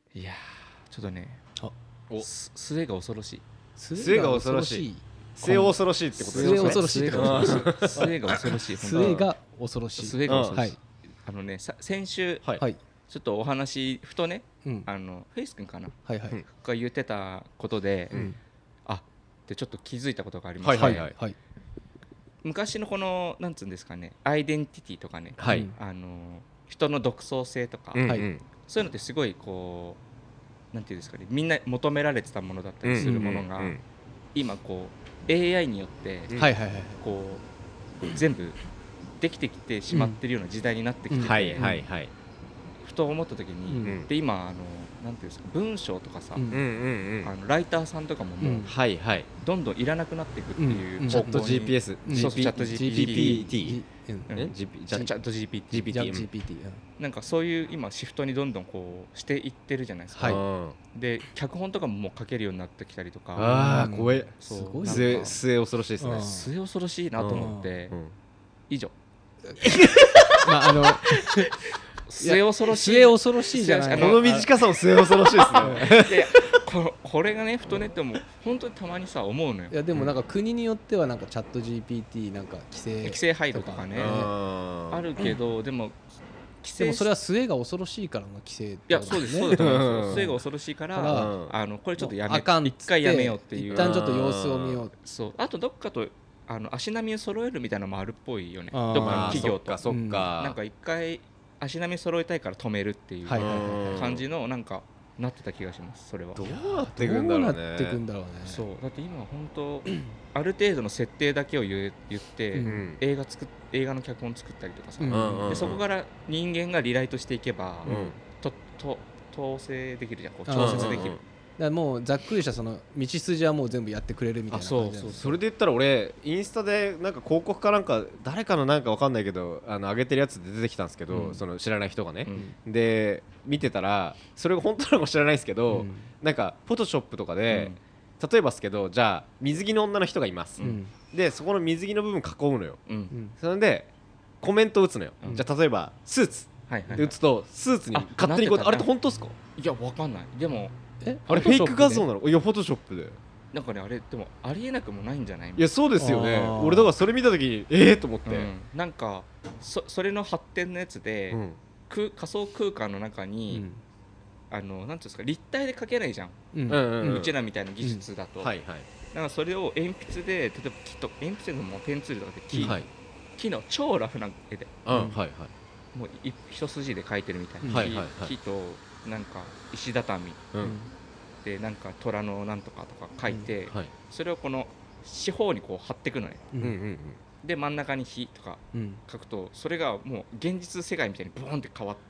いやちょっとねお末が恐ろしい。 末が恐ろしい。末恐ろしいってことですね。 末恐ろしいってことですね。 末が恐ろしい。 末が恐ろしい。 末が恐ろしい。 はい。 先週、 はい。 ちょっとお話ふとね、フェイス君かな、 はいはい、 が言ってたことで、あってちょっと気づいたことがありまして、 はいはいはい、 昔のこのなんつうんですかね、アイデンティティとかね、 はい、 人の独創性とか、 はい、 そういうのってすごいこうなんていうんですかね、みんな求められてたものだったりするものが、今こう AI によってこう全部できてきてしまってるような時代になってきてて、ふと思った時に、で今なんていうんですか、文章とかさ、ライターさんとかももうどんどんいらなくなっていくっていうチャット GPS、 チャット GPT、 チャット GPT、なんかそういう今シフトにどんどんこうしていってるじゃないですか。で脚本とかももう書けるようになってきたりとか、 ああ怖い、 すごい末恐ろしいですね。 末恐ろしいなと思って、以上。 まあ末恐ろしい、 末恐ろしいじゃない、 この短さも末恐ろしいですね。 これがねふとねっても本当にたまにさ思うのよ。 いやでもなんか国によってはなんかチャット GPT なんか規制配慮とかねあるけど、でもでもそれは末が恐ろしいからの規制、 いやそうです、そうだと思いますよ。末が恐ろしいからこれちょっとやめ、一回やめようっていう、 一旦ちょっと様子を見よう。 そう、あとどっかと足並みを揃えるみたいなのもあるっぽいよね、どっかの企業と。 そっか、 なんか一回足並み揃えたいから止めるっていう感じのなんかなってた気がします。それはどうなっていくんだろうね。 そうだって今本当ある程度の設定だけを言って、映画の脚本作ったりとかさ、でそこから人間がリライトしていけば、統制できるじゃん、こう調節できる。 だからもうざっくりしたその道筋はもう全部やってくれるみたいな感じ。 それで言ったら俺インスタでなんか広告かなんか誰かのなんかわかんないけど上げてるやつで出てきたんですけど、その知らない人がね、で見てたらそれが本当なのか知らないですけど、なんかフォトショップとかで、例えばですけど、じゃあ水着の女の人がいます、でそこの水着の部分囲むのよ、それでコメント打つのよ、じゃあ例えばスーツで打つとスーツに勝手にこう、あれって本当ですか？ いやわかんない。でもあれフェイク画像なの？いやフォトショップでなんかね、あれでもありえなくもないんじゃない？ いやそうですよね。俺だからそれ見た時にと思って、 なんかそれの発展のやつで、仮想空間の中に、なんていうんですか、立体で描けないじゃん、うちらみたいな技術だと。だからそれを鉛筆で、例えば鉛筆のペンツールとかで木の超ラフな絵で、もう一筋で描いてるみたいな、木となんか石畳でなんか虎のなんとかとか書いて、それをこの四方にこう貼っていくのね、で真ん中に火とか書くと、それがもう現実世界みたいにボーンって変わって、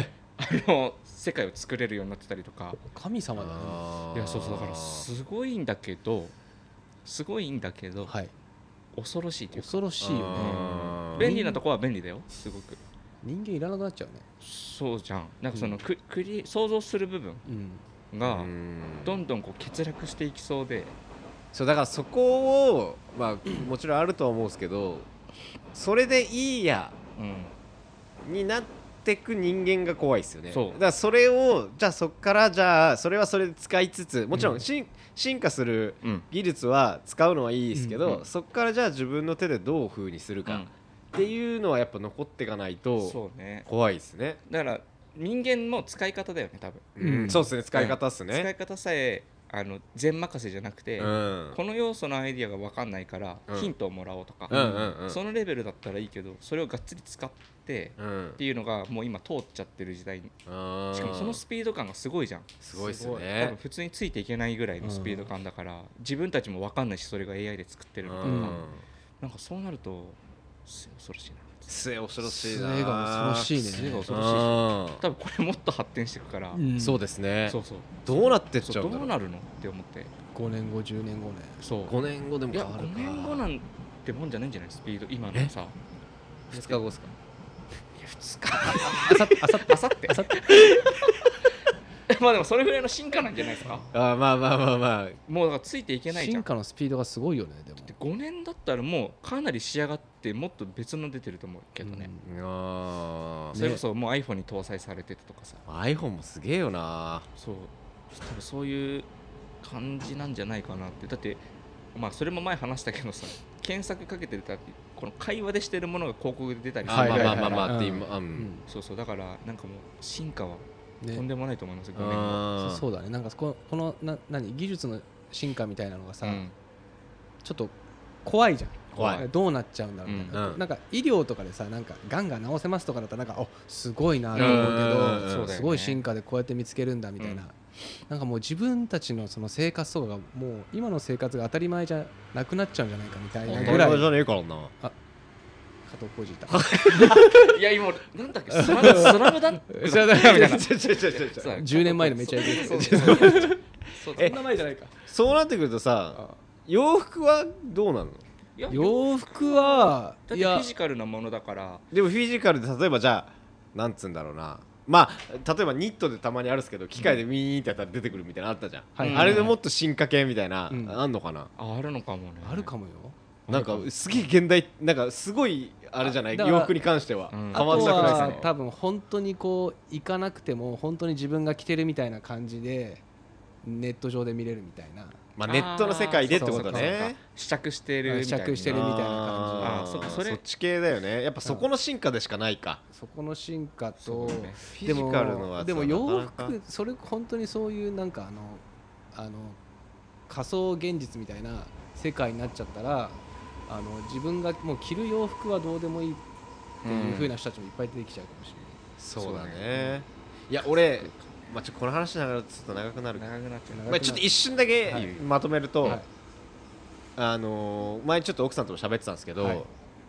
世界を作れるようになってたりとか。 神様だね。 いやそうだからすごいんだけど、恐ろしいというか、 恐ろしいよね。 便利なとこは便利だよ、すごく。 人間いらなくなっちゃうね。 そうじゃん。なんかその想像する部分がどんどんこう欠落していきそうで、 そうだからそこをまあもちろんあるとは思うんですけど、それでいいやになってく人間が怖いですよね。だからそれをじゃあそこからじゃあそれはそれで使いつつ、もちろん進化する技術は使うのはいいですけど、そこからじゃあ自分の手でどう風にするかっていうのはやっぱ残っていかないと怖いですね。 だから人間も使い方だよね、多分。 そうですね、使い方ですね。 使い方さえ全任せじゃなくて、この要素のアイディアが分かんないからヒントをもらおうとか、そのレベルだったらいいけど、それをがっつり使ってっていうのがもう今通っちゃってる時代に、しかもそのスピード感がすごいじゃん。 すごいですね。 多分普通についていけないぐらいのスピード感だから、自分たちも分かんないし、それが AI で作ってるのか、なんかそうなると恐ろしいな。 末恐ろしいな。 末が恐ろしいね。 末が恐ろしいし、多分これもっと発展していくから、 そうですね。 そうどうなってっちゃうんだろう。 どうなるのって思って。 5年後10年後ね。 そう 5年後でも変わるか。 5年後なんてもんじゃないんじゃない？スピード今のさ。 2日後ですか？ いや2日。あさってまあでもそれぐらいの進化なんじゃないですか。 まあまあまあまあもうだからついていけないじゃん。 進化のスピードがすごいよね。でも 5年だったらもうかなり仕上がってもっと別の出てると思うけどね、それこそもう iPhone に搭載されてたとかさ、 iPhone もすげえよな。 そう多分そういう感じなんじゃないかなって。だってまあそれも前話したけどさ、検索かけてたってこの会話でしてるものが広告で出たりするぐらいだから、 まあまあまあって今、 そうそう、だからなんかもう進化はねとんでもないと思います、5年後。 そうだね。なんかこの何技術の進化みたいなのがさ、ちょっと怖いじゃん。 怖い。 どうなっちゃうんだろうみたいな、なんか医療とかでさ、なんかがんが治せますとかだったらなんかすごいなと思うけど、すごい進化でこうやって見つけるんだみたいな、なんかもう自分たちのその生活とかがもう今の生活が当たり前じゃなくなっちゃうんじゃないかみたいなぐらい。 じゃねえからな。 加藤浩次いた。 いや今なんだっけ、スラムダンクじゃない10年前のめちゃイケ。 そんな前じゃないか。 そうなってくるとさ、洋服はどうなの？ 洋服はだってフィジカルなものだから。 でもフィジカルで例えばじゃあなんつうんだろうな、まあ例えばニットでたまにあるんですけど機械でミーンってやったら出てくるみたいなのあったじゃん、あれでもっと進化系みたいな、あんのかな。 あるのかもね。 あるかもよ。 なんかすげえ現代、なんかすごいあれじゃない、洋服に関しては変わんなくないですか。 多分本当にこう行かなくても本当に自分が着てるみたいな感じでネット上で見れるみたいな。 まあネットの世界でってことね。 試着してるみたいな。 試着してるみたいな感じ。そっち系だよね。やっぱそこの進化でしかないか。 そこの進化と、 フィジカルのはでも洋服、それ本当にそういうなんか仮想現実みたいな世界になっちゃったら、自分がもう着る洋服はどうでもいいっていう風な人たちもいっぱい出てきちゃうかもしれない。 そうだね。いや俺、まあ、この話しながらちょっと長くなる。まあ、ちょっと一瞬だけまとめると、前ちょっと奥さんとも喋ってたんですけど、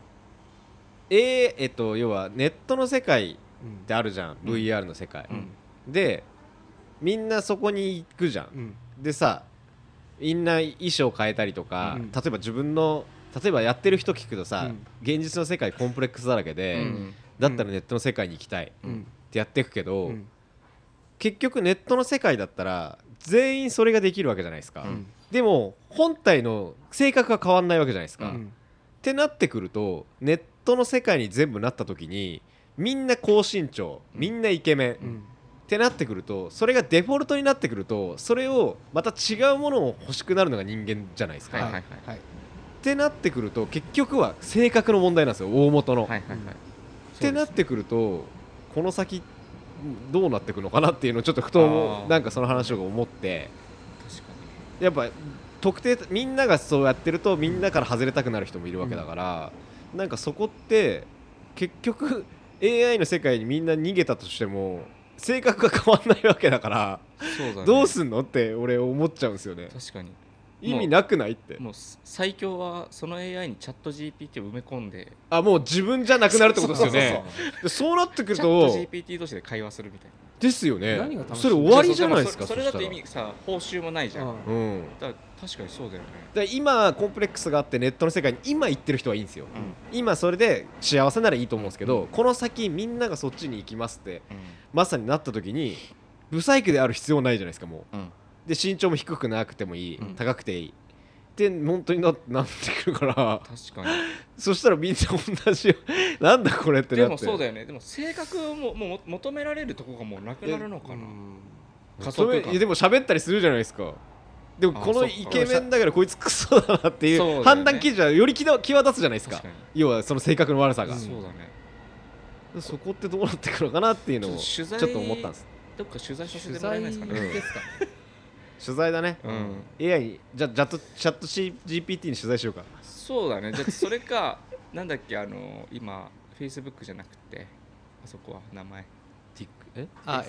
要はネットの世界ってあるじゃん、VR の世界、でみんなそこに行くじゃん、でさみんな衣装変えたりとか、例えば自分の例えばやってる人聞くとさ、現実の世界コンプレックスだらけで、だったらネットの世界に行きたいってやっていくけど、結局ネットの世界だったら全員それができるわけじゃないですか、でも本体の性格が変わんないわけじゃないですか、ってなってくるとネットの世界に全部なった時にみんな高身長、みんなイケメン、ってなってくるとそれがデフォルトになってくるとそれをまた違うものを欲しくなるのが人間じゃないですか、ってなってくると結局は性格の問題なんですよ、大元の、ってなってくるとこの先どうなっていくのかなっていうのをちょっとふとなんかその話を思って、やっぱ特定みんながそうやってるとみんなから外れたくなる人もいるわけだから、なんかそこって結局 AI の世界にみんな逃げたとしても性格が変わんないわけだから、どうすんのって俺思っちゃうんですよね。 確かに意味なくないって。 もう最強はその AI にチャット GPT を埋め込んで、 もう自分じゃなくなるってことですよね。そうなってくるとチャット GPT 同士で会話するみたいなですよね。それ終わりじゃないですか。 それだと意味さ報酬もないじゃん、だから確かにそうだよね。 だから今コンプレックスがあってネットの世界に今行ってる人はいいんですよ、今それで幸せならいいと思うんですけど、この先みんながそっちに行きますって、まさになった時にブサイクである必要ないじゃないですか。もう、で身長も低くなくてもいい、高くていいって本当になってくるから、 確かにそしたらみんな同じよなんだこれってなって。 でもそうだよね。でも性格ももう求められるとこがもうなくなるのかな。 でも喋ったりするじゃないですか。でもこのイケメンだからこいつクソだなっていう判断基準はより際立つじゃないですか。要はその性格の悪さが。 そうだね。 そこってどうなってくるのかなっていうのをちょっと思ったんです。 どっか取材させてもらえないですかね。 取材だね、AI にじゃあチャット GPT に取材しようか。 そうだね。じゃあそれかなんだっけ今 Facebook じゃなくてあそこは名前なんだっ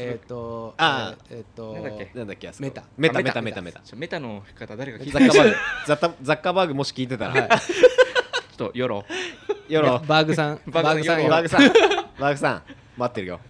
けメタの方誰か聞いてザッカーバーグもし聞いてたら、ちょっとよろバーグさん待ってるよ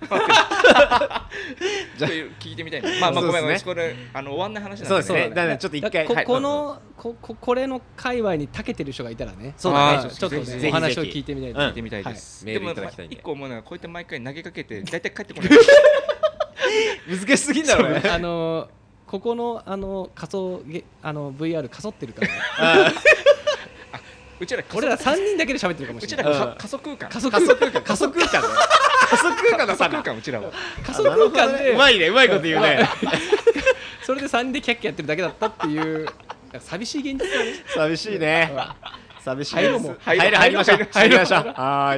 じゃあ聞いてみたいな。まあごめんこれ終わんない話なんでね。 そうですね。だねちょっと一回これの界隈に長けてる人がいたらね、 そうだね。 ちょっとお話を聞いてみたいです。 メールいただきたいんで。 一個思うのがこうやって毎回投げかけてだいたい帰ってこない。 難しすぎんだろうね。 ここの仮想VR かそってるからね。 うちら俺ら3人だけで喋ってるかもしれない。 うちら仮想空間仮想空間ね。 仮想空間のさな。 うちらは仮想空間でうまいね、うまいこと言うね。 それで3人でキャッキャやってるだけだったっていう寂しい現実だね。 寂しいね。寂しい。 入ろうも入りましょう。入りましょう。はい。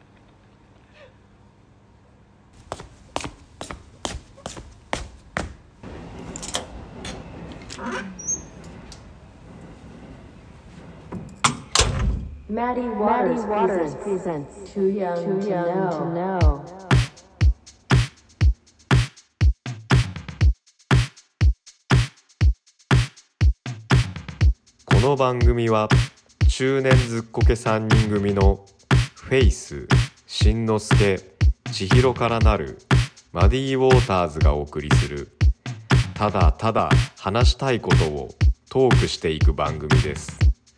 Maddie Waters presents Too Young to Know. この番組は中年ずっこけ3人組のフェイス、しんのすけ、千尋からなるマディウォーターズがお送りするただただ話したいことをトークしていく番組です。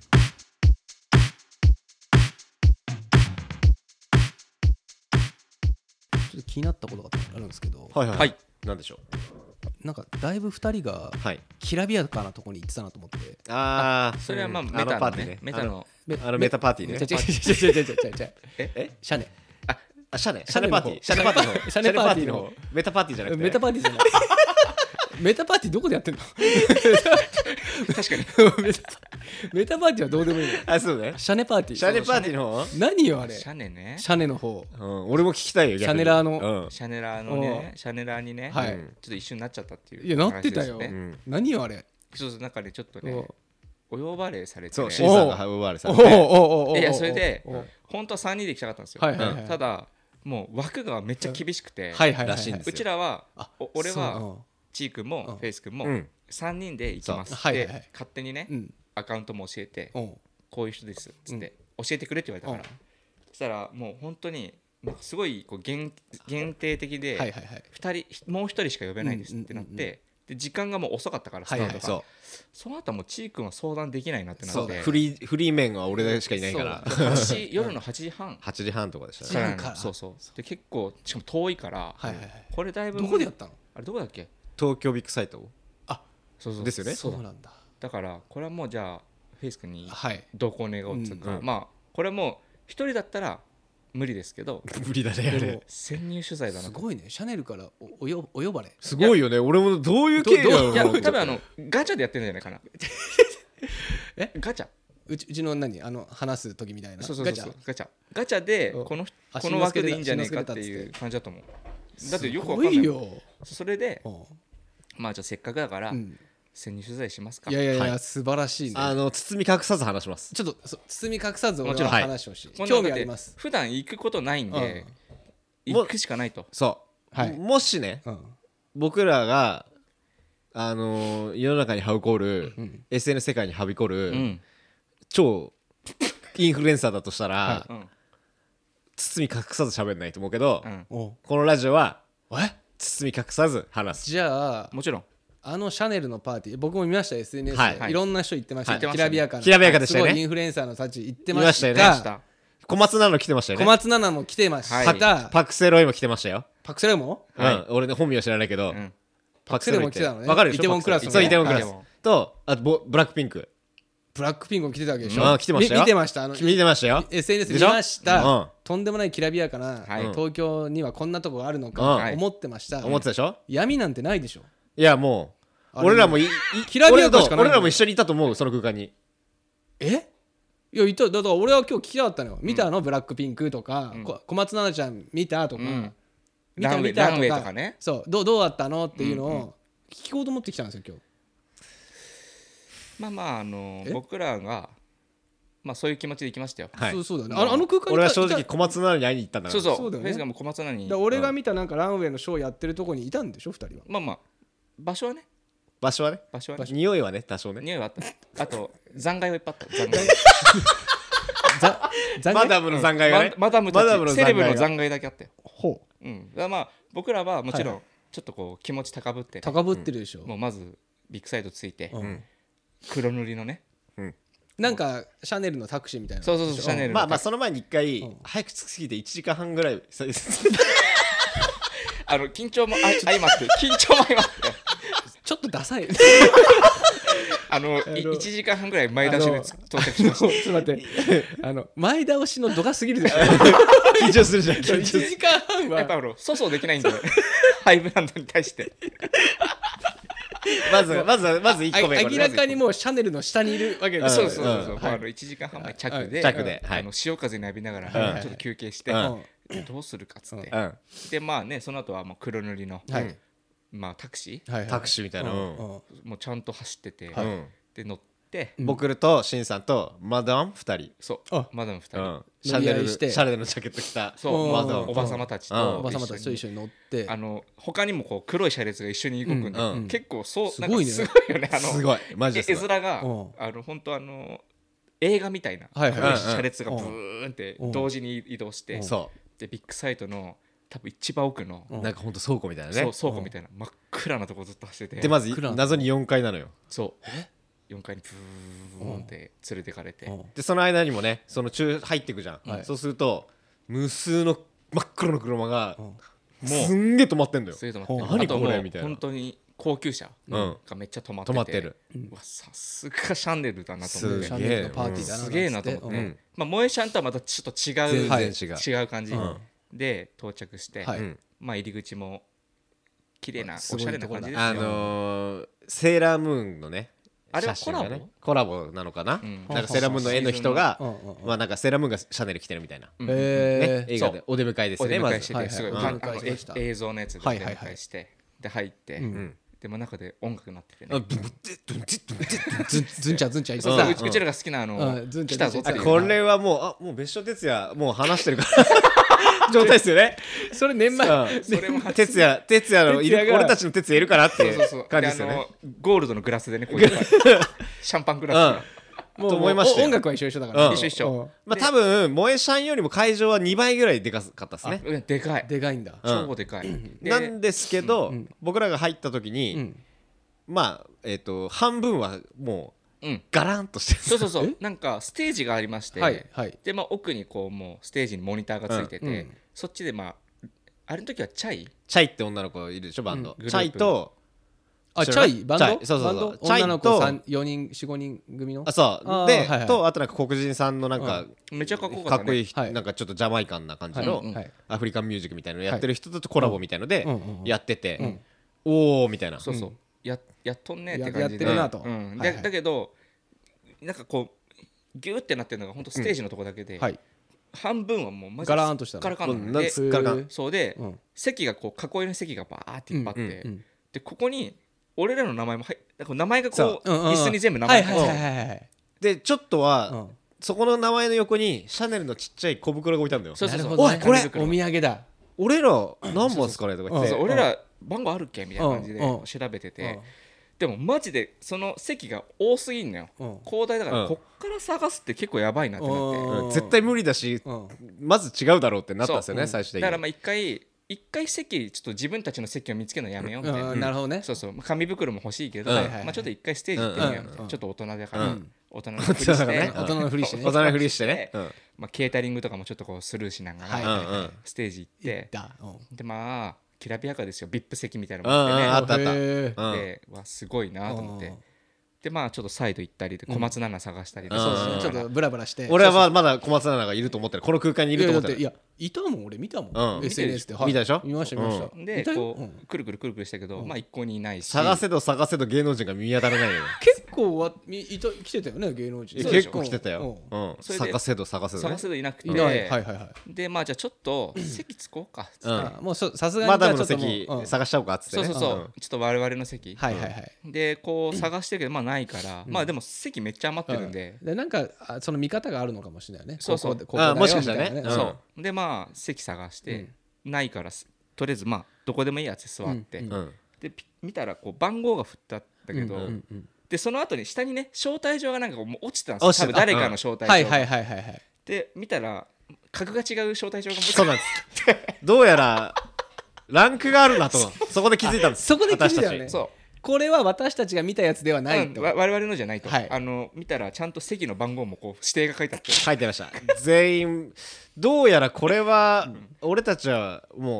ちょっと気になったことがあるんですけど、 はいはい。なんでしょなんかだいぶ2人がきらびやかなところに行ってたなと思って。 ああ、 それはまあメタのね、メタのメタパーティーね。 シャネ。 シャネパーティー。シャネパーティーのメタパーティーじゃなくて。 メタパーティーじゃない。メタパーティーどこでやってんの？ 確かにメタパーティーはどうでもいいの。 あ、そうね。 シャネパーティー。 シャネパーティーの方？ 何よあれ。 シャネね。 シャネの方。 俺も聞きたいよ。 シャネラーの。 シャネラーのね、シャネラーにね、ちょっと一緒になっちゃったっていう。 いやなってたよ。何よあれ。 そうそう、なんかねちょっとね、お呼ばれされて。 そう、シーさんがお呼ばれされて。 いやそれで本当は3人で行きたかったんですよ。ただもう枠がめっちゃ厳しくて、 らしいんですよ。 うちらは俺はチー君もフェイス君も3人で行きますって勝手にねアカウントも教えて、こういう人ですっつって教えてくれって言われたから、そしたらもう本当にすごいこう限定的でもう1人しか呼べないですってなって、で時間がもう遅かったからスタートが、その後はもうチー君は相談できないなってなって、 フリー面は俺しかいないから、 夜の8時半とかでしたね。 そうそうで結構しかも遠いから、これだいぶどこでやったの？ あれどこだっけ？ 東京ビッグサイト。 そうですよね。 そうなんだ。 だからこれはもうじゃあフェイス君にどこを願おうっつうか、まあこれはもう一人だったら無理ですけど、 無理だねあれ。 潜入取材だな。 すごいね。シャネルからお呼ばれ。 すごいよね。俺もどういう経緯だろう。 いや多分ガチャでやってるんじゃないかな。ガチャ。 うちの話す時みたいな。 そうガチャでこの枠でいいんじゃないかっていう感じだと思う。だってよくわかんないよ。それでまあじゃあせっかくだから潜入取材しますか。 いや素晴らしいね。 包み隠さず話します。 ちょっと包み隠さず俺は話をし、興味あります。 普段行くことないんで行くしかないと。 そう。もしね、僕らが世の中にはびこる SNS 世界にはびこる超インフルエンサーだとしたら、包み隠さず喋んないと思うけど、このラジオは包み隠さず話す。 じゃあもちろんシャネルのパーティー僕も見ました。 SNS でいろんな人行ってました。きらびやかなでしたよね。 すごいインフルエンサーのたち行ってました。 小松菜奈来てましたよね。 小松菜奈も来てました。 パクセロイも来てましたよ。 パクセロイも俺ね本名知らないけどパクセロイも来てたのね。 わかるでしょ。 イテウォンクラスの。 そうイテウォンクラスとあとブラックピンクも来てたわけでしょ。 来てましたよ。 見てました。 見てましたよ。 SNS 見ました。とんでもないきらびやかな東京にはこんなとこがあるのか思ってました。 思ってたでしょ。 闇なんてないでしょ。 いやもう俺らもきらびやかしかない。 俺らも一緒にいたと思う。その空間に。 いやいた。だから俺は今日聞きたかったのよ。見たのブラックピンクとか小松菜奈ちゃん見たとか見たランウェイとかね。 そうどうだったのっていうのを聞こうと思ってきたんですよ今日。僕らがそういう気持ちで行きましたよ。 そうだね。あの空間に俺は正直小松菜奈に会いに行ったんだから。 そうだよね。フェイスがもう小松菜奈に。 俺が見たなんかランウェイのショーやってるとこにいたんでしょ2人は。 場所はね。 匂いはね多少ね。 匂いはあった。あと残骸はいっぱいあった。 マダムの残骸がね。 マダムたちセレブの残骸だけあったよ。だから僕らはもちろんちょっとこう気持ち高ぶってるでしょ。 もうまずビッグサイトついて黒塗りのね。 なんかシャネルのタクシーみたいな。 そうシャネルの。 その前に一回早く着きすぎて1時間半ぐらい緊張も相まってちょっとダサい 1時間半ぐらい前倒しで到着しました。 ちょっと待って前倒しの度が過ぎるでしょ緊張するじゃん 1時間半はやっぱ粗相できないんでハイブランドに対してまず1個目明らかにもうシャネルの下にいるわけです。 そう1時間半前着で潮風に浴びながらちょっと休憩してどうするかっつってでまあねその後はもう黒塗りのまあタクシーみたいなもうちゃんと走っててで乗って僕とシンさんとマダム2人そうマダム2人シャネルのジャケット着たおばさまたちと一緒に乗って他にもこう黒い車列が一緒に動くんで結構そうすごいねすごいよねすごいマジで絵面が本当映画みたいな車列がブーンって同時に移動してでビッグサイトの多分一番奥のなんかほんと倉庫みたいなね倉庫みたいな真っ暗なとこずっと走っててでまず謎に4階なのよそう4階にブーンって連れてかれてでその間にもねその中入ってくじゃんそうすると無数の真っ黒の車がもうすんげえ止まってんだよ何これみたいな本当に高級車がめっちゃ止まってるさすがシャネルだなと思ってシャネルのパーティーだなすげえなと思って萌えシャンとはまたちょっと違う感じで到着してまあ入り口も綺麗なおしゃれな感じですよセーラームーンのねあれはコラボなのかななんかセーラームーンの絵の人がまあなんかセーラームーンがシャネル着てるみたいな映画でお出迎えですねまず映像のやつでお出迎えしてで入ってでも中で音楽になっててねズンチャズンチャうちらが好きな来たぞっていうこれはもう別所哲也もう話してるから状態ですよねそれ年前哲也の俺たちの哲也いるかなっていう感じですよねゴールドのグラスでねこういうシャンパングラスと思いましたよ。音楽は一緒だから一緒。 まあ多分萌えシャンよりも会場は2倍ぐらいでかかったですね。 でかい。 でかいんだ。 超でかい。 なんですけど僕らが入った時にまあ半分はもうガランとしてる。そうなんかステージがありましてでまあ奥にこうもうステージにモニターがついててそっちでまああれの時はチャイって女の子いるでしょバンド。チャイとチャイバンドそう女の子4人 4,5 人組のそうでとあとなんか黒人さんのなんかめっちゃかっこよかったかっこいいなんかちょっとジャマイカンな感じのアフリカンミュージックみたいなのやってる人とコラボみたいのでやってておおみたいなそうやっとんねって感じでやってるなとだけどなんかこうギューってなってるのが本当ステージのとこだけで半分はもうマジガラーンとしたガラカンでそうで席がこう囲いの席がバーっていっぱいあってでここに俺らの名前も名前がこう椅子に全部名前が入ってでちょっとはそこの名前の横にシャネルのちっちゃい小袋が置いたんだよ。 そうおいこれお土産だ俺ら何番ですかねとか言って俺ら番号あるっけみたいな感じで調べててでもマジでその席が多すぎんのよ広大だからこっから探すって結構やばいなってなって絶対無理だしまず違うだろうってなったんですよね最終的に。 だからまあ一回席ちょっと自分たちの席を見つけるのやめようみたいな。 なるほどね。 そう紙袋も欲しいけどまあちょっと一回ステージ行ってみようみたいな。ちょっと大人だから大人のふりしてねまあケータリングとかもちょっとこうスルーしながらステージ行ってでまあきらびやかですよ VIP 席みたいなのもあったでわすごいなと思ってでまあちょっとサイド行ったりで小松菜奈探したりちょっとブラブラして俺はまだ小松菜奈がいると思ってるこの空間にいると思ってる。 いやいたもん俺見たもん SNS で見たでしょ。 見ましたでこうくるくるしたけどまあ一向にいないし探せど芸能人が見当たらないよ。 結構は来てたよね芸能人。 結構来てたよ。探せどいなくてでまあじゃあちょっと席つこうかもうさすがにマダムの席探しちゃおうかっつってそうちょっと我々の席でこう探してるけどまあないからまあでも席めっちゃ余ってるんでなんかその見方があるのかもしれないね。 そうもしかしたらね。 そうでまあ席探してないからとりあえずまあどこでもいいやつ座ってで見たらこう番号が振ってあったけどでその後に下にね招待状がなんかもう落ちてたんですよ多分誰かの招待状がで見たら格が違う招待状がそうなんですどうやらランクがあるなとそこで気づいたんです。 そこで気づいたよね。 そうこれは私たちが見たやつではないと我々のじゃないと見たらちゃんと席の番号もこう指定が書いてあって書いてました全員どうやらこれは俺たちはも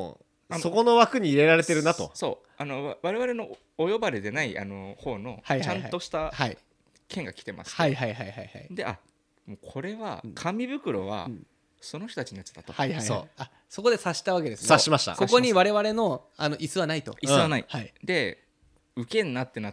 そこの枠に入れられてるなと。 そう我々のお呼ばれでない方のちゃんとした件が来てます。 はいはいはいはい。 でもうこれは紙袋はその人たちのやつだと。 はいはいはい。そこで察したわけですね。 察しました。 ここに我々の椅子はないと。 椅子はない。で受けんなってなって、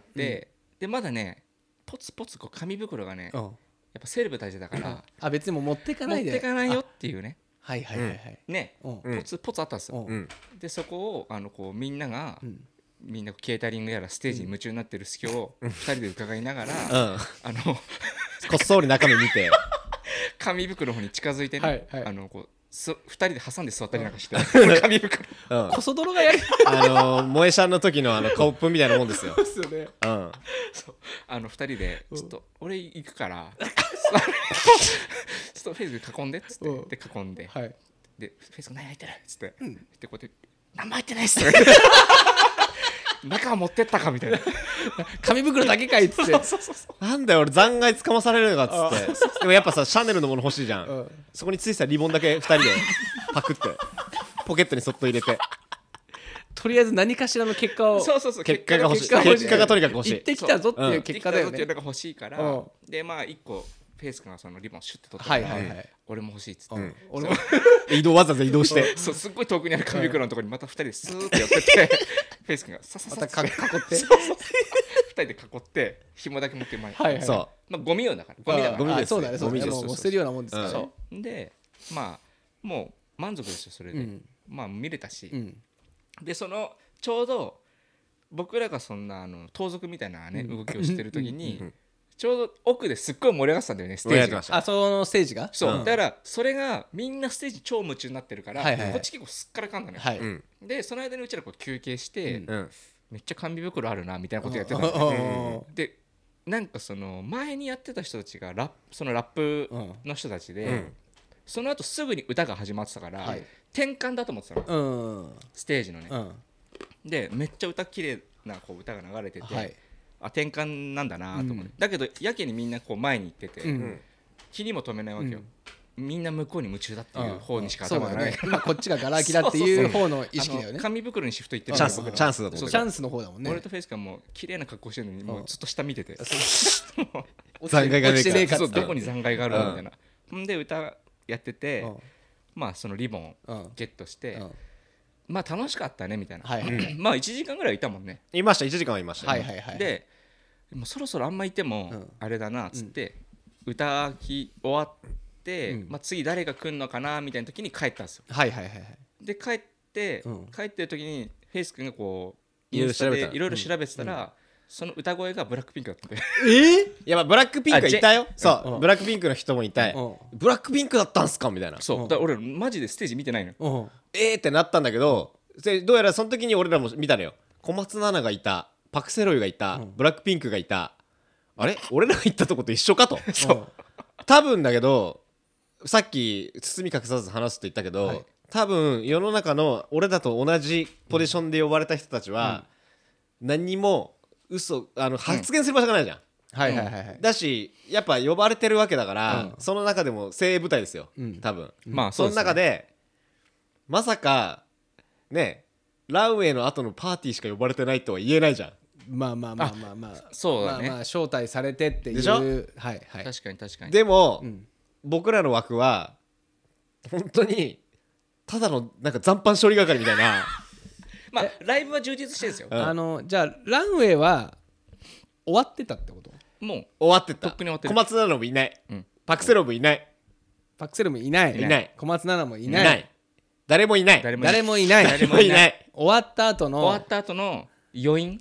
でまだねポツポツこう紙袋がね、やっぱセレブたちだから別にも持ってかないで持ってかないよっていうね。 はいはいはいはいね、ポツポツあったんですよ。でそこをこうみんなケータリングやらステージに夢中になってる隙を2人で伺いながら、 こっそり中身見て紙袋の方に近づいてね、こう2人で挟んで座ったりなんかして紙袋こそ泥がやり萌えシャンの時のコップみたいなもんですよ。 ですよね。 そう2人でちょっと俺行くからちょっとフェイス囲んでっつってで囲んで、でフェイスが何入ってるっつって、でこうやって何も入ってないっすって中は持ってったかみたいな紙袋だけかいっつってなんだよ俺残骸つかまされるのかっつってでもやっぱさシャネルのもの欲しいじゃん、そこについてたリボンだけ2人でパクってポケットにそっと入れてとりあえず何かしらの結果を結果が欲しい結果がとにかく欲しい行ってきたぞっていう結果だよね。 っていうのが欲しいからで1個フェイス君がそのリボンシュッて取って俺も欲しいっつって俺もわざわざ移動してそうすっごい遠くにある紙袋のところにまた2人でスーッて寄ってってフェイス君がさまた囲って 2人で囲って紐だけ持って前そうゴミ用だからゴミです。 そうだね、そうだね、もう捨てるようなもんですからね。 でもう満足ですよそれで見れたし、でちょうど僕らがそんな盗賊みたいなね動きをしてる時にちょうど奥ですっごい盛り上がってたんだよねステージが。 そのステージがそうだからそれがみんなステージ超夢中になってるからこっち結構すっからかんだね。でその間にうちらこう休憩してめっちゃ紙袋あるなみたいなことやってたのでなんかその前にやってた人たちがそのラップの人たちでその後すぐに歌が始まってたから転換だと思ってたのステージのね。でめっちゃ歌綺麗なこう歌が流れてて転換なんだなと思ってだけどやけにみんなこう前に行ってて気にも留めないわけよ。みんな向こうに夢中だっていう方にしか頭がないからこっちがガラ空きだっていう方の意識だよね。 紙袋にシフトいってるチャンスだとチャンスの方だもんね。 俺とフェイスがもう綺麗な格好してるのにもうずっと下見てて残骸がねえかどこに残骸があるのみたいな。ほんで歌やっててそのリボンゲットして楽しかったねみたいな1時間ぐらいいたもんね。 いました1時間はいました。 でもうそろそろあんまいてもあれだなっつって歌終わって次誰が来るのかなみたいな時に帰ったんですよ。で帰ってる時にフェイス君がこうインスタでいろいろ調べてたらその歌声がブラックピンクだったんでいやブラックピンクいたよ。そうブラックピンクの人もいたい。ブラックピンクだったんすかみたいな。 そうだから俺マジでステージ見てないのってなったんだけどどうやらその時に俺らも見たのよ。小松菜奈がいたパクセロイがいたブラックピンクがいたあれ俺らが行ったとこと一緒かと多分だけどさっき包み隠さず話すと言ったけど多分世の中の俺らと同じポジションで呼ばれた人たちは何にも発言する場所がないじゃん。だしやっぱ呼ばれてるわけだからその中でも精鋭部隊ですよ多分。その中でまさかねランウェイの後のパーティーしか呼ばれてないとは言えないじゃん。 そうだね招待されてっていう。 でしょ。 確かにでも僕らの枠は本当にただのなんか残飯処理係みたいなライブは充実してるんですよ。 じゃあランウェイは終わってたってこと？ もう終わってた。 とっくに終わってる。 小松菜奈もいない、パクセロブいない、 パクセロもいない小松菜奈もいない誰もいない誰もいない終わった後の余韻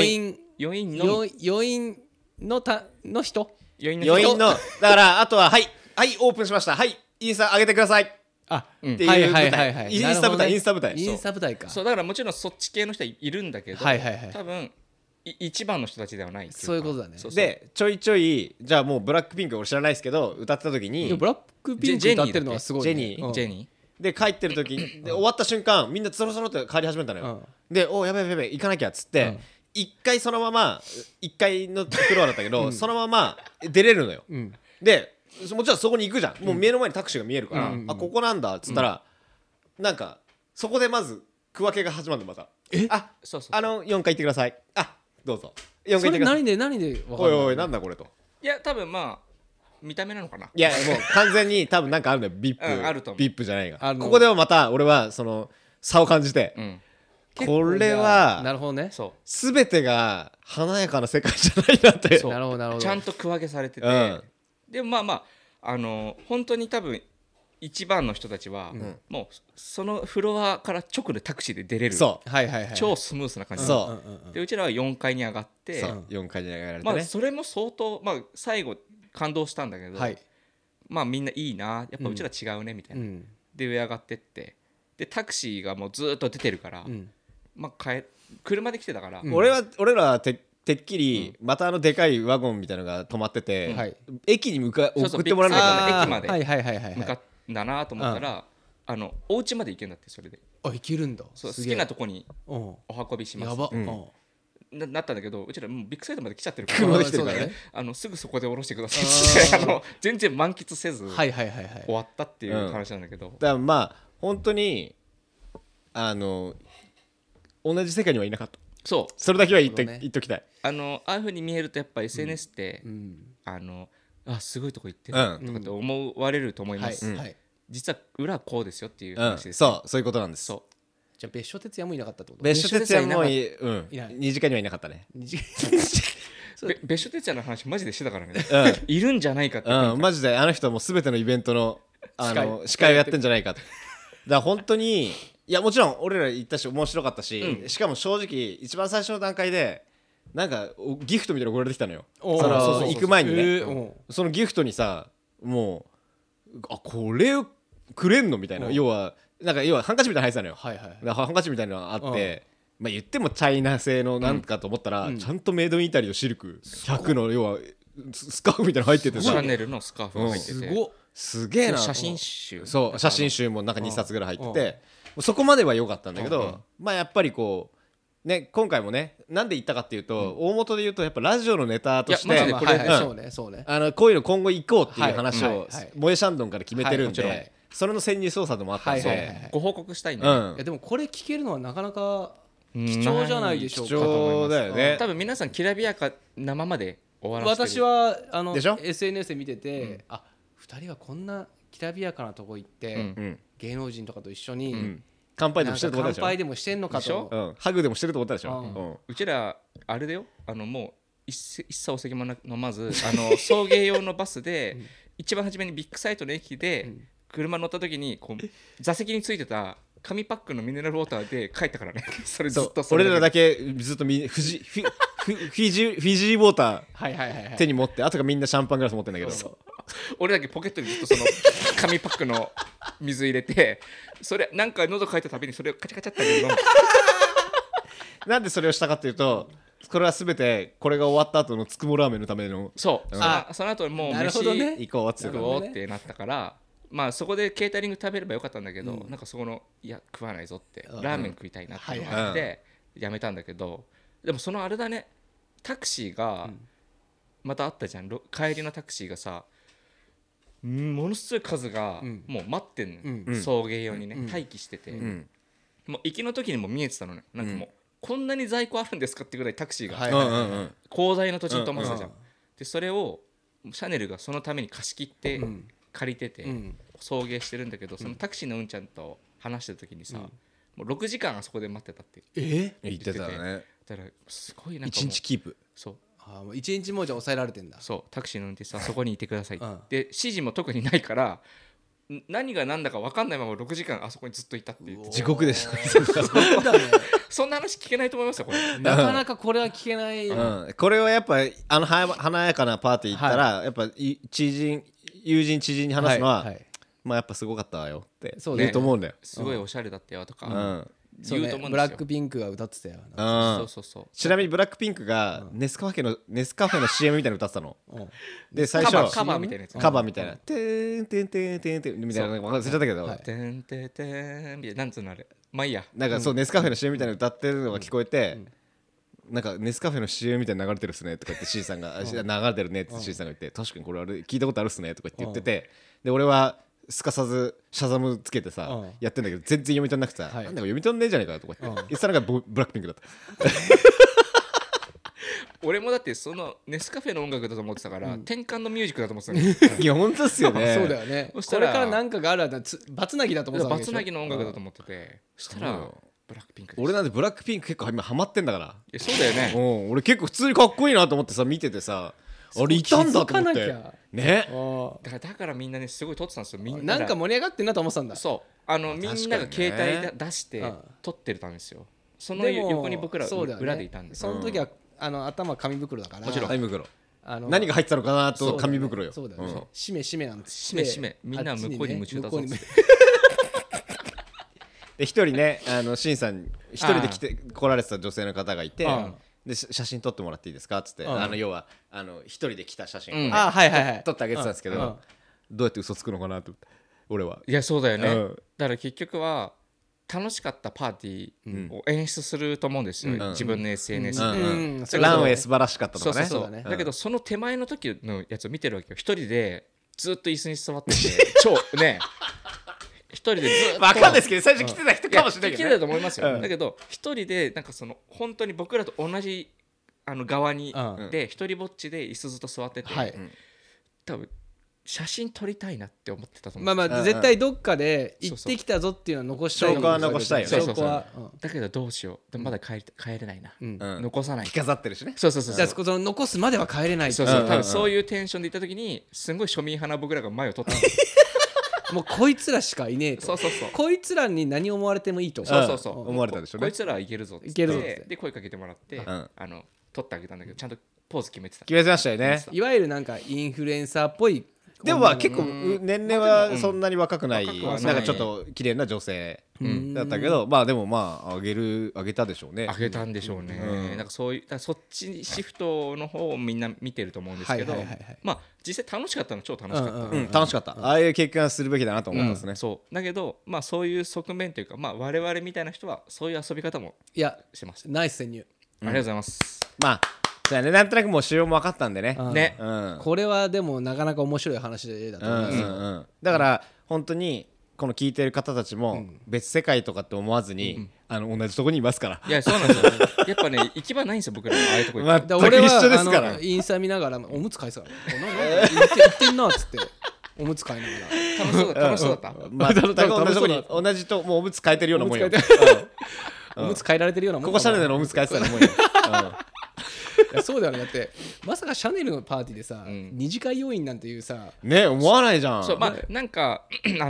の人余韻のだからあとははいオープンしましたはいインスタ上げてくださいっていう舞台。インスタ舞台か。 そうだからもちろんそっち系の人はいるんだけど多分一番の人たちではないっていうか。 そういうことだね。 でちょいちょいじゃあもうブラックピンク俺知らないですけど歌ってた時にブラックピンク歌ってるのはすごいジェニーで帰ってる時で終わった瞬間みんなそろそろって帰り始めたのよ。でやべえ行かなきゃっつって一回そのまま1階のフロアだったけどそのまま出れるのよ。でもちろんそこに行くじゃん。もう目の前にタクシーが見えるからここなんだっつったらなんかそこでまず区分けが始まるのまた。 そう 4回言ってください。どうぞ。4回言ってください。 何で分かるの？おいなんだこれと。 いや多分まあ見た目なのかな。 いやもう完全に多分なんかあるんだよ。VIP あると思う。 VIP じゃないが。ここではまた俺はその差を感じて、これはなるほどね。 全てが華やかな世界じゃないなって。 なるほど。 ちゃんと区分けされてて、でもまあ本当に多分一番の人たちは、もうそのフロアから直でタクシーで出れる。超スムースな感じ。でうちらは4階に上がって、 4階に上がられてね。 それも相当最後感動したんだけど、みんないいな、やっぱうちら違うねみたいな。で上上がってって、でタクシーがもうずっと出てるから、車で来てたから、 俺らはてっきりまたでかいワゴンみたいなのが止まってて、駅に送ってもらうのか、駅まで向かったなと思ったら、お家まで行けるんだって。それで行けるんだ。 好きなとこにお運びしますなったんだけど、うちらもうビッグサイトまで来ちゃってるから、すぐそこで降ろしてくださいって全然満喫せず終わったっていう話なんだけど、 だから本当に同じ世界にはいなかった。それだけは言っときたい。 ああいう風に見えるとやっぱ SNS ってすごいとこ行ってるとかって思われると思います。実は裏はこうですよっていう話です。 そういうことなんです。 じゃあ別所哲也もいなかったってこと？ 別所哲也も2時間にはいなかったね。 別所哲也の話マジでしてたからね。いるんじゃないかって。 マジであの人も全てのイベントの司会をやってんじゃないかと。だから本当にいやもちろん俺ら行ったし面白かったし、しかも正直一番最初の段階でなんかギフトみたいなの送られてきたのよ。行く前にね、そのギフトにさ、もうこれくれんのみたいな、要はハンカチみたいなの入ってたのよ。ハンカチみたいなのがあって、言ってもチャイナ製のなんかと思ったら、ちゃんとメイドインイタリーのシルク100の要はスカーフみたいなの入っててさ、 シャネルのスカーフが入ってて、 すげえな。 写真集もなんか2冊ぐらい入ってて、そこまでは良かったんだけど、やっぱりこうね、今回もね、なんで言ったかっていうと、大元で言うとやっぱラジオのネタとして、こういうの今後行こうっていう話を萌えシャンドンから決めてるんで、それの潜入捜査でもあったんでご報告したいね。 でもこれ聞けるのはなかなか貴重じゃないでしょうか。 貴重だよね。 多分皆さんきらびやかなままで終わらせてる。 私はSNS で見てて、2人はこんなきらびやかなとこ行って芸能人とかと一緒に乾杯でもしてると思ったでしょ。 乾杯でもしてんのかと、 ハグでもしてると思ったでしょ。 うちらあれだよ、もう一切お酒も飲まず送迎用のバスで一番初めにビッグサイトの駅で車乗った時にこう座席についてた紙パックのミネラルウォーターで帰ったからね。それずっと俺らだけずっとフィジーウォーター手に持って、あとがみんなシャンパングラス持ってんだけど、 俺だけポケットにずっとその紙パックの水入れて、それなんか喉乾いたたびにそれをカチャカチャってあげるの。 なんでそれをしたかっていうと、これは全てこれが終わった後のつくもラーメンのための、 その後もう飯行こうってなったから、そこでケータリング食べればよかったんだけど、なんかそこのいや食わないぞって、ラーメン食いたいなっていうのがあってやめたんだけど、でもそのあれだね、タクシーがまたあったじゃん。帰りのタクシーがさ、ものすごい数がもう待ってんの、送迎用にね、待機してて、もう行きの時にも見えてたのね。なんかもうこんなに在庫あるんですかってぐらいタクシーが広大な土地に止まってたじゃん。でそれをシャネルがそのために貸し切って借りてて送迎してるんだけど、そのタクシーのうんちゃんと話してた時にさ、もう6時間あそこで待ってたって言ってたね。 だからすごいなんか 1日キープ。 そう、 もう1日もじゃ抑えられてんだ。 そう、タクシーの運転手さんそこにいてくださいで指示も特にないから、何が何だか分かんないまま6時間あそこにずっといたっていう。 地獄でした。 そんな話聞けないと思いますよこれ。 なかなかこれは聞けない。 これはやっぱ華やかなパーティー行ったら、やっぱ友人知人に話すのは、やっぱすごかったわよって言うと思うんだよ。 すごいおしゃれだったよとか言うと思うんですよ。 ブラックピンクが歌ってたよ。 そうちなみにブラックピンクがネスカフェの CM みたいなの歌ってたの。で最初カバーみたいなやつ、 カバーみたいなてんてんてんてんてんみたいなの忘れちゃったけど、 てんてんてんみたいな、なんつうのあれ、まあいいや、 なんかそうネスカフェの CM みたいなの歌ってるのが聞こえて、なんかネスカフェの CM みたいな流れてるっすねとか言って C さんが流れてるねって C さんが言って、確かにこれあれ聞いたことあるっすねとか言ってて、で俺はすかさずシャザムつけてさやってんだけど全然読み取んなくてさ、なんだか読み取んねえじゃねえかとか言ってたらブラックピンクだった俺もだってそのネスカフェの音楽だと思ってたから、転換のミュージックだと思ってたのいや本当っすよねそうだよね。これからなんかがあるはバツナギだと思ってたわけでしょ。 バツナギの音楽だと思ってて、そしたらブラックピンクで俺なんてブラックピンク結構今ハマってんだから。 そうだよね。 俺結構普通にかっこいいなと思ってさ見ててさ、あれいたんだと思ってね。 だからみんなねすごい撮ってたんですよ。みんななんか盛り上がってんなと思ってたんだ。 そうみんなが携帯出して撮ってたんですよ。その横に僕ら裏でいたんで、 その時は頭紙袋だから。 もちろん紙袋。何が入ってたのかなと紙袋よ。 そうだよね。しめしめなんて。 しめしめ。みんな向こうに夢中だぞって。 で一人ねシンさん一人で来られてた女性の方がいて、で写真撮ってもらっていいですかっつって、要は一人で来た写真を撮ってあげてたんですけど、どうやって嘘つくのかなと思って俺は。 いやそうだよね。だから結局は楽しかったパーティーを演出すると思うんですよ、自分の SNS で。ランウェイ素晴らしかったとかね。 そうだけどその手前の時のやつを見てるわけよ。一人でずっと椅子に座ってて超ね一人でずっと分かんないですけど最初来てた人かもしれないけど、 来てたと思いますよ、だけど一人でなんかその本当に僕らと同じ側にで一人ぼっちで椅子ずっと座ってて、多分写真撮りたいなって思ってたと思う。 まあ絶対どっかで行ってきたぞっていうのは残したい。 証拠は残したいよね。 証拠はだけどどうしよう、まだ帰れないな、残さない。 着飾ってるしね。 そうじゃあその残すまでは帰れない。 多分そういうテンションで行った時にすごい庶民派な僕らが前を取ったもうこいつらしかいねえと。こいつらに何思われてもいいと思われたでしょうね。 こいつらはいけるぞってで声かけてもらって撮ってあげたんだけど、ちゃんとポーズ決めてましたよね。 いわゆるなんかインフルエンサーっぽい。 でもまあ結構年齢はそんなに若くない、なんかちょっと綺麗な女性だったけど、まあでもまああげたでしょうね。 あげたんでしょうね。なんかそういうそっちシフトの方をみんな見てると思うんですけど、まあ実際楽しかったの超楽しかった。 楽しかった。ああいう経験はするべきだなと思ったんですね。 そうだけどまあそういう側面というか、まあ我々みたいな人はそういう遊び方もしてます。 ナイス潜入。 ありがとうございます。 まあじゃあね、なんとなくもう仕様も分かったんでね。 これはでもなかなか面白い話だと思います。 だから本当にこの聞いてる方たちも別世界とかって思わずに同じとこにいますから。 いやそうなんですよ。やっぱね行き場ないんですよ僕らああいうとこ行って。 俺はインスタ見ながらおむつ返すから言ってんなっつっておむつ替えながら楽しそうだった。 全く同じとこに同じともうおむつ替えてるようなもんよ。 おむつ替えられてるようなもん。 ここシャネルのおむつ替えてたらもんよ。 いやそうだよね。だってまさかシャネルのパーティーでさ、二次会要員なんていうさね思わないじゃん。 そうまあなんか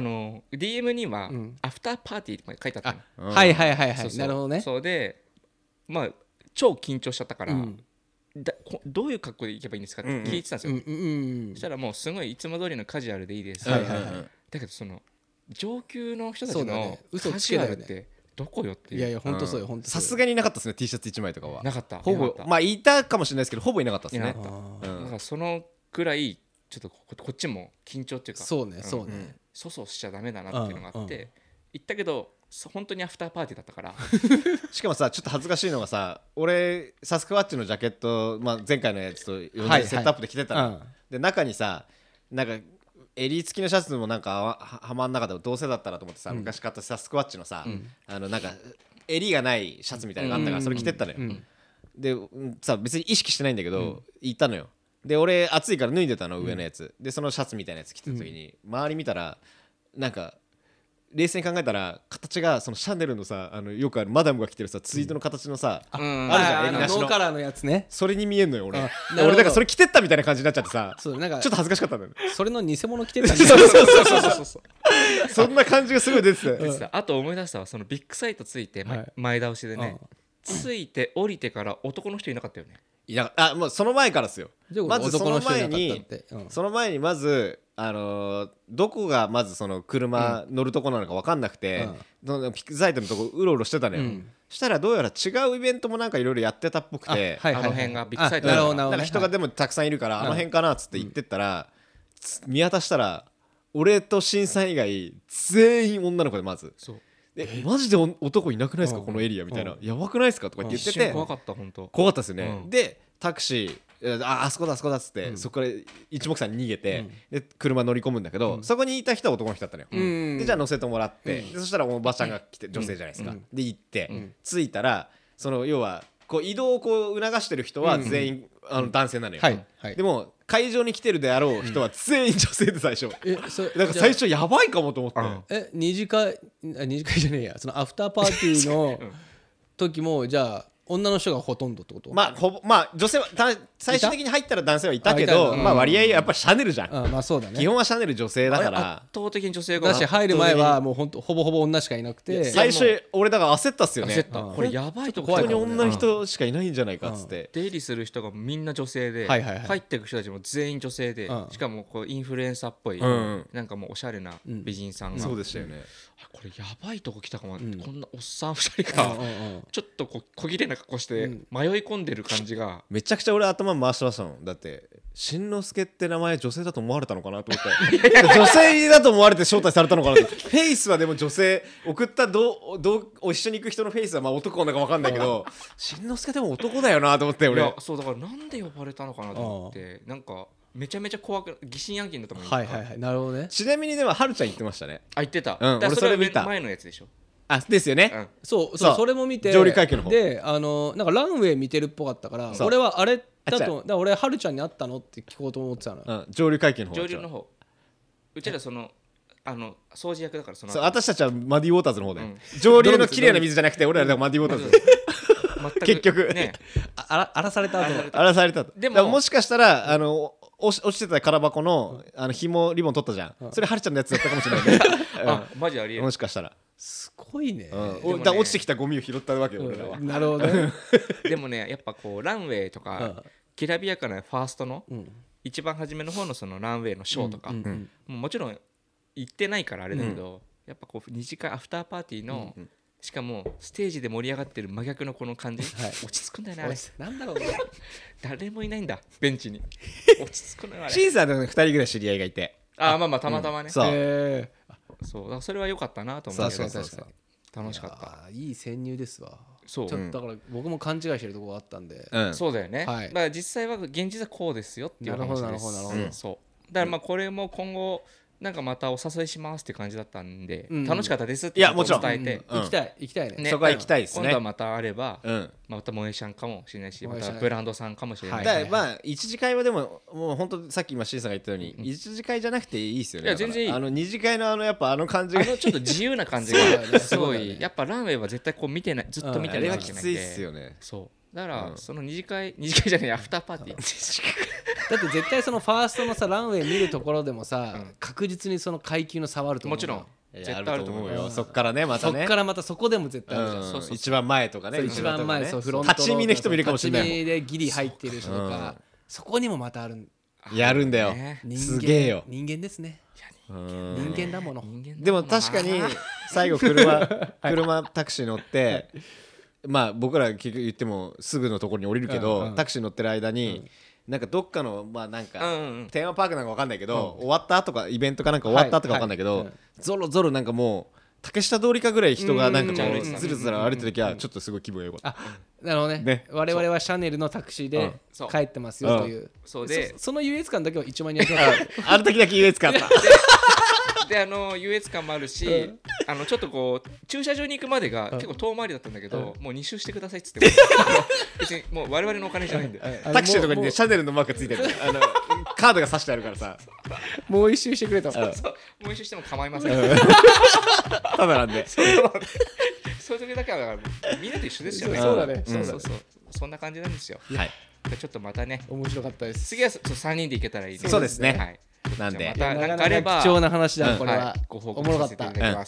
DM にはアフターパーティーとか書いてあったの。 はいなるほどね。 そうでまあ超緊張しちゃったから、どういう格好で行けばいいんですかって聞いてたんですよ。そしたらもうすごいいつも通りのカジュアルでいいです。だけどその上級の人たちのカジュアルってどこよっていう。 いや本当そうよ本当。 さすがになかったですね T シャツ1枚とかは。 なかった。 ほぼまあいたかもしれないですけどほぼいなかったですね。 だからそのくらいちょっとこっちも緊張っていうか。 そうね。 粗相しちゃダメだなっていうのがあって行ったけど本当にアフターパーティーだったからしかもさちょっと恥ずかしいのがさ俺サスクワッチのジャケット、前回のやつと同じセットアップで着てたの、で中にさなんか襟付きのシャツもなんかはまんなかったらどうせだったらと思ってさ、昔買ったサスクワッチのさ、なんか襟がないシャツみたいなのがあったからそれ着てったのよ、でさ別に意識してないんだけど、行ったのよ。で俺暑いから脱いでたの上のやつ、でそのシャツみたいなやつ着てた時に、周り見たらなんか冷静に考えたら形がそのシャネルのさよくあるマダムが着てるさツイートの形のさ、あるじゃん襟なしのノーカラーのやつね。 それに見えんのよ俺。俺だからそれ着てったみたいな感じになっちゃってさ、 なんかちょっと恥ずかしかったんだよね。 それの偽物着てたんだ。 そんな感じがすごい出てた。 あと思い出したわ、そのビッグサイトついて前倒しでね、ついて降りてから男の人いなかったよね。 もうその前からですよ。まずその前にまずどこがまずその車乗るとこなのか分かんなくて、ピックサイトのとこうろうろしてたのよ。したらどうやら違うイベントもなんかいろいろやってたっぽくて、 あの辺がビッグサイトなんか人がでもたくさんいるからあの辺かなっつって行ってったら、見渡したら俺と審査以外全員女の子で、まずマジで男いなくないですかこのエリアみたいな、やばくないですかとか言ってて、 怖かった本当。 怖かったですよね。でタクシあそこだあそこだっつって、そこから一目散に逃げて、で車乗り込むんだけど、そこにいた人は男の人だったのよ、でじゃあ乗せてもらって、でそしたらおばちゃんが来て、女性じゃないですか、で行って、着いたらその要はこう移動をこう促してる人は全員、男性なのよ、でも会場に来てるであろう人は全員女性で最初、だから最初やばいかもと思って、 二次会じゃねえや、そのアフターパーティーの時もじゃあ女の人がほとんどってこと？ まあ女性は最終的に入ったら男性はいたけど、まあ割合やっぱりシャネルじゃん。 まあそうだね。 基本はシャネル女性だから。 圧倒的に女性が。 だし入る前はもうほぼほぼ女しかいなくて。 最初俺だから焦ったっすよね。 焦った。これやばいとこ。 本当に女の人しかいないんじゃないかっつって。 出入りする人がみんな女性で、入ってく人たちも全員女性で、しかもこうインフルエンサーっぽい、なんかもうおしゃれな美人さんが。 そうでしたよね。 これやばいとこ来たかも、こんなおっさん2人がちょっと小切れな格好して迷い込んでる感じが、 めちゃくちゃ俺頭回してましたもん。だってしんのすけって名前女性だと思われたのかなと思って女性だと思われて招待されたのかなとフェイスはでも女性、送った一緒に行く人のフェイスはまあ男なのか分かんないけどしんのすけでも男だよなと思って俺。 いやそうだからなんで呼ばれたのかなと思って、なんかめちゃめちゃ怖く疑心暗鬼だと思う。 なるほどね。 ちなみにでもはるちゃん言ってましたね。 言ってた。 俺それ見た。 前のやつでしょ。 ですよね。 そうそれも見て、 上流階級の方でなんかランウェイ見てるっぽかったから、俺はあれだと、だから俺はるちゃんに会ったのって聞こうと思ってたの。 上流階級の方。 上流の方。うちらその掃除役だからその。 そう、私たちはマディウォーターズの方で。上流の綺麗な水じゃなくて俺らでマディウォーターズ。結局ね。荒らされた後。 荒らされた後。でももしかしたら落ちてた空箱の紐リボン取ったじゃん、それはるちゃんのやつだったかもしれないねマジありえる。 もしかしたらすごいね。 落ちてきたゴミを拾ったわけよ俺らは。 なるほどね。 でもねやっぱこうランウェイとかきらびやかなファーストの一番初めの方のそのランウェイのショーとかもちろん行ってないからあれだけど、やっぱこう二次会アフターパーティーのしかもステージで盛り上がってる真逆のこの感じ、落ち着くんだよねあれ。 なんだろうね。 誰もいないんだベンチに。落ち着くのよあれ。 シンさんで2人ぐらい知り合いがいて、 まあたまたまね。 そうそれは良かったなと思うけど、楽しかった。 いい潜入ですわ。 そうちょっとだから僕も勘違いしてるところがあったんで。 そうだよね。だから実際は現実はこうですよっていう話です。なるほど。そうだからまあこれも今後なんかまたお誘いしますっていう感じだったんで、楽しかったですって伝えて、 行きたいね。 そこは行きたいですね。 今度はまたあれば、また萌えちゃんかもしれないし、またブランドさんかもしれない。 だからまあ一次会はでももう本当さっき今シンさんが言ったように一次会じゃなくていいですよね。 いや全然いい。 二次会のやっぱ感じがちょっと自由な感じがすごい。やっぱランウェイは絶対こう見てない、ずっと見てない。あれはきついっすよね。 そう。だからその二次会じゃないアフターパーティー。 だって絶対そのファーストのさランウェイ見るところでもさ、確実にその階級の差はあると思う。 もちろん絶対あると思うよ。そっからねまたね。 そっからまたそこでも絶対あるじゃん。 一番前とかね。 一番前そうフロント立ち見の人もいるかもしれない。 立ち見でギリ入ってる人とか、そこにもまたある。 やるんだよ。すげえよ。 人間ですね。人間だもの。 でも確かに最後車タクシー乗って。まあ僕ら結局言ってもすぐのところに降りるけど、タクシー乗ってる間になんかどっかのまあなんかテーマパークなんか分かんないけど、終わった後かイベントかなんか終わった後か分かんないけど、ゾロゾロなんかもう竹下通りかぐらい人がなんかこうずるずる歩いてる時はちょっとすごい気分が良かった。 なるほどね。我々はシャネルのタクシーで帰ってますよという。 そうでその優越感だけは一万人ある時だけ優越感あった。 で優越感もあるし、ちょっとこう駐車場に行くまでが結構遠回りだったんだけど、もう2周してくださいっつって別にもう我々のお金じゃないんで、 タクシーのとこにねシャネルのマークついてるカードが刺してあるからさ、 もう一周してくれと。 もう一周しても構いません。 ただなんでそういう時だけはみんなと一緒ですよね。 そうだね。 そうそんな感じなんですよ。 はい。 ちょっとまたね面白かったです。 次は3人で行けたらいいね。 そうですね。 はい。 なんでまたなんかあれば貴重な話だこれは。 ご報告させていただきます。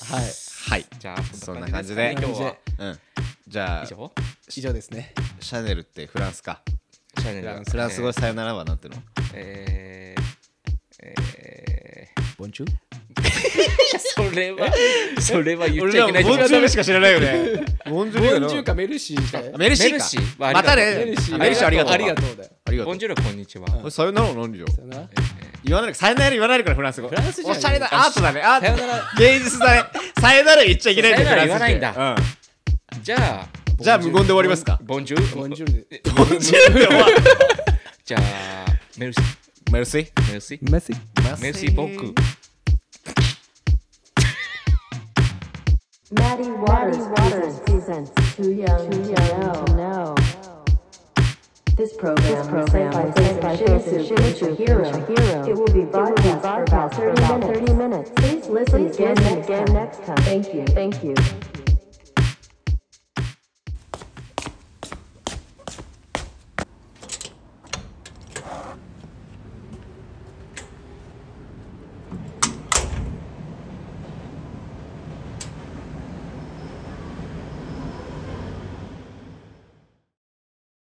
はい。 じゃあそんな感じで今日はじゃあ以上ですね。 シャネルってフランスか。 シャネルフランス語さよならはなんていうの？ ボンチュ？ それは言っちゃいけない。 ボンジュールしか知らないよね。ボンジュールかメルシー。 メルシーか。またね。メルシーありがとう。 ありがとうだよ。 ありがとう。ボンジュールこんにちは。 さよならの何じゃ。言わない。さよなら言わないからフランス語。 フランスじゃん。 おしゃれだ。アートだね。アート。芸術だね。さよなら言っちゃいけないんだよ。 言わないんだ。じゃあ無言で終わりますか。 ボンジュール。 ボンジュールで。 ボンジュールで終わる。 じゃあメルシメルシーメルシメッシメルシ僕 Maddie Waters presents Too Young to Know. This program is sent by Shimizu Hiro. It will be broadcast for about 30 minutes. Please listen again next time. Thank you.